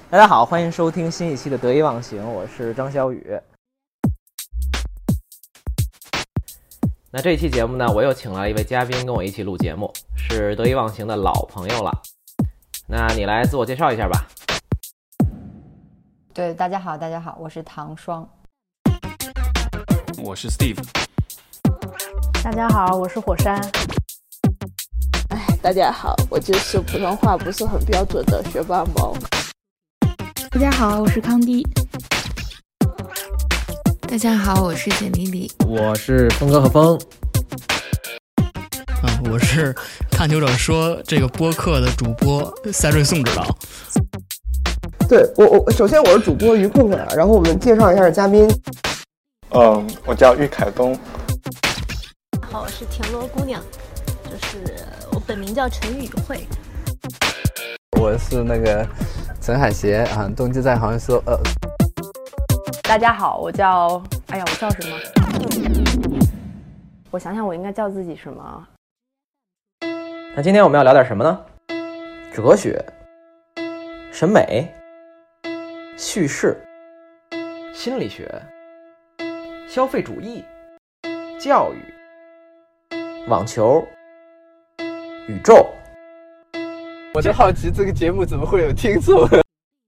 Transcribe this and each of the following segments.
大家好，欢迎收听新一期的得意忘形，我是张小雨。那这一期节目呢，我又请了一位嘉宾跟我一起录节目，是得意忘形的老朋友了。那你来自我介绍一下吧。 对，大家好，我是唐双。 我是 Steve。 大家好，我是火山。 大家好，我就是普通话不是很标准的学霸猫。 大家好，我是康迪。大家好，我是简丽丽。 我是峰哥和峰。 我是看球者说这个播客的主播赛瑞宋指导。 对，我首先我是主播于困困，然后我们介绍一下嘉宾。 我叫郁凯东。 好，我是田螺姑娘，就是我本名叫陈宇慧。 我是那个陈海协啊，冬季在好像说大家好，我叫什么？我想想，我应该叫自己什么？ 那今天我们要聊点什么呢？哲学、审美、叙事、心理学、消费主义、教育、网球、宇宙。 我就好奇这个节目怎么会有听众。 可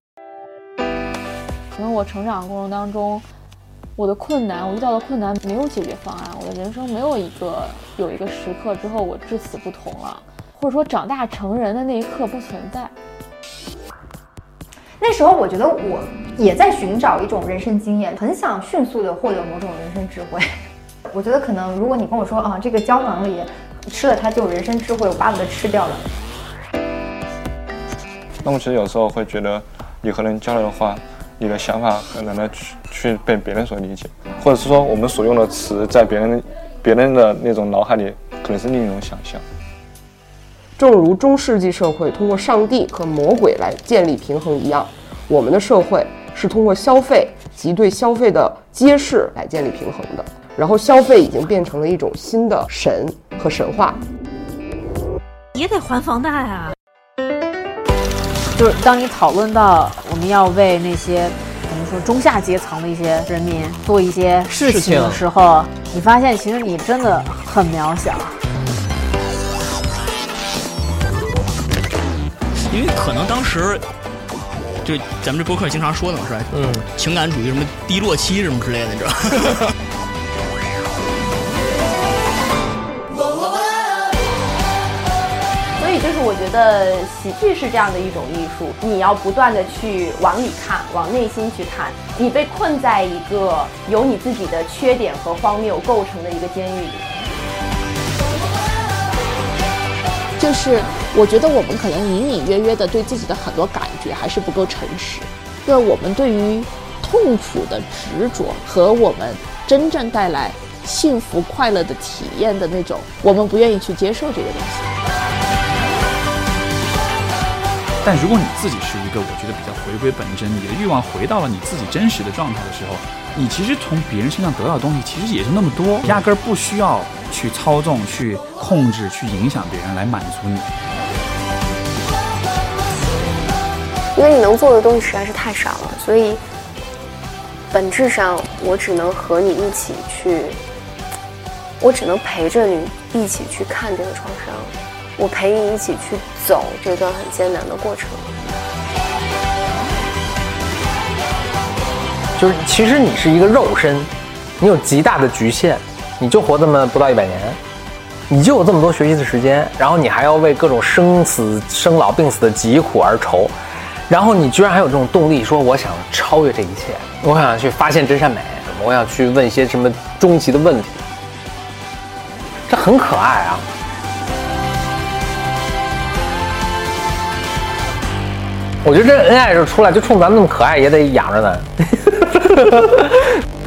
能我成长过程当中，我遇到的困难没有解决方案，我的人生没有有一个时刻之后我至死不同了，或者说长大成人的那一刻不存在。 那时候我觉得我也在寻找一种人生经验，很想迅速的获得某种人生智慧。我觉得可能如果你跟我说这个胶囊里吃了它就有人生智慧，我巴不得吃掉了。 那么其实有时候会觉得你和人交流的话，你的想法很难的去被别人所理解，或者是说我们所用的词在别人的那种脑海里可能是另一种想象。 正如中世纪社会通过上帝和魔鬼来建立平衡一样，我们的社会是通过消费及对消费的揭示来建立平衡的，然后消费已经变成了一种新的神和神话。 也得还房贷啊。 就是当你讨论到我们要为那些怎么说中下阶层的一些人民做一些事情的时候，你发现其实你真的很渺小。 因为可能当时就咱们这播客经常说的嘛，是吧？情感主义什么低落期什么之类的，你知道吗？ 所以就是我觉得喜剧是这样的一种艺术，你要不断的去往里看，往内心去看，你被困在一个由你自己的缺点和荒谬构成的一个监狱里。 就是我觉得我们可能隐隐约约的对自己的很多感觉还是不够诚实，因为我们对于痛苦的执着和我们真正带来幸福快乐的体验的那种，我们不愿意去接受这个东西。 但如果你自己是一个我觉得比较回归本真，你的欲望回到了你自己真实的状态的时候，你其实从别人身上得到的东西其实也是那么多，压根儿不需要去操纵、去控制、去影响别人来满足你。 因为你能做的东西实在是太少了，所以本质上我只能和你一起去，我只能陪着你一起去看这个创伤，我陪你一起去走这段很艰难的过程。 就是其实你是一个肉身，你有极大的局限，你就活这么不到100年，你就有这么多学习的时间，然后你还要为各种生老病死的疾苦而愁，然后你居然还有这种动力说我想超越这一切，我想去发现真善美，我想去问一些什么终极的问题，这很可爱啊。我觉得这恩爱是出来就冲咱们那么可爱也得养着咱。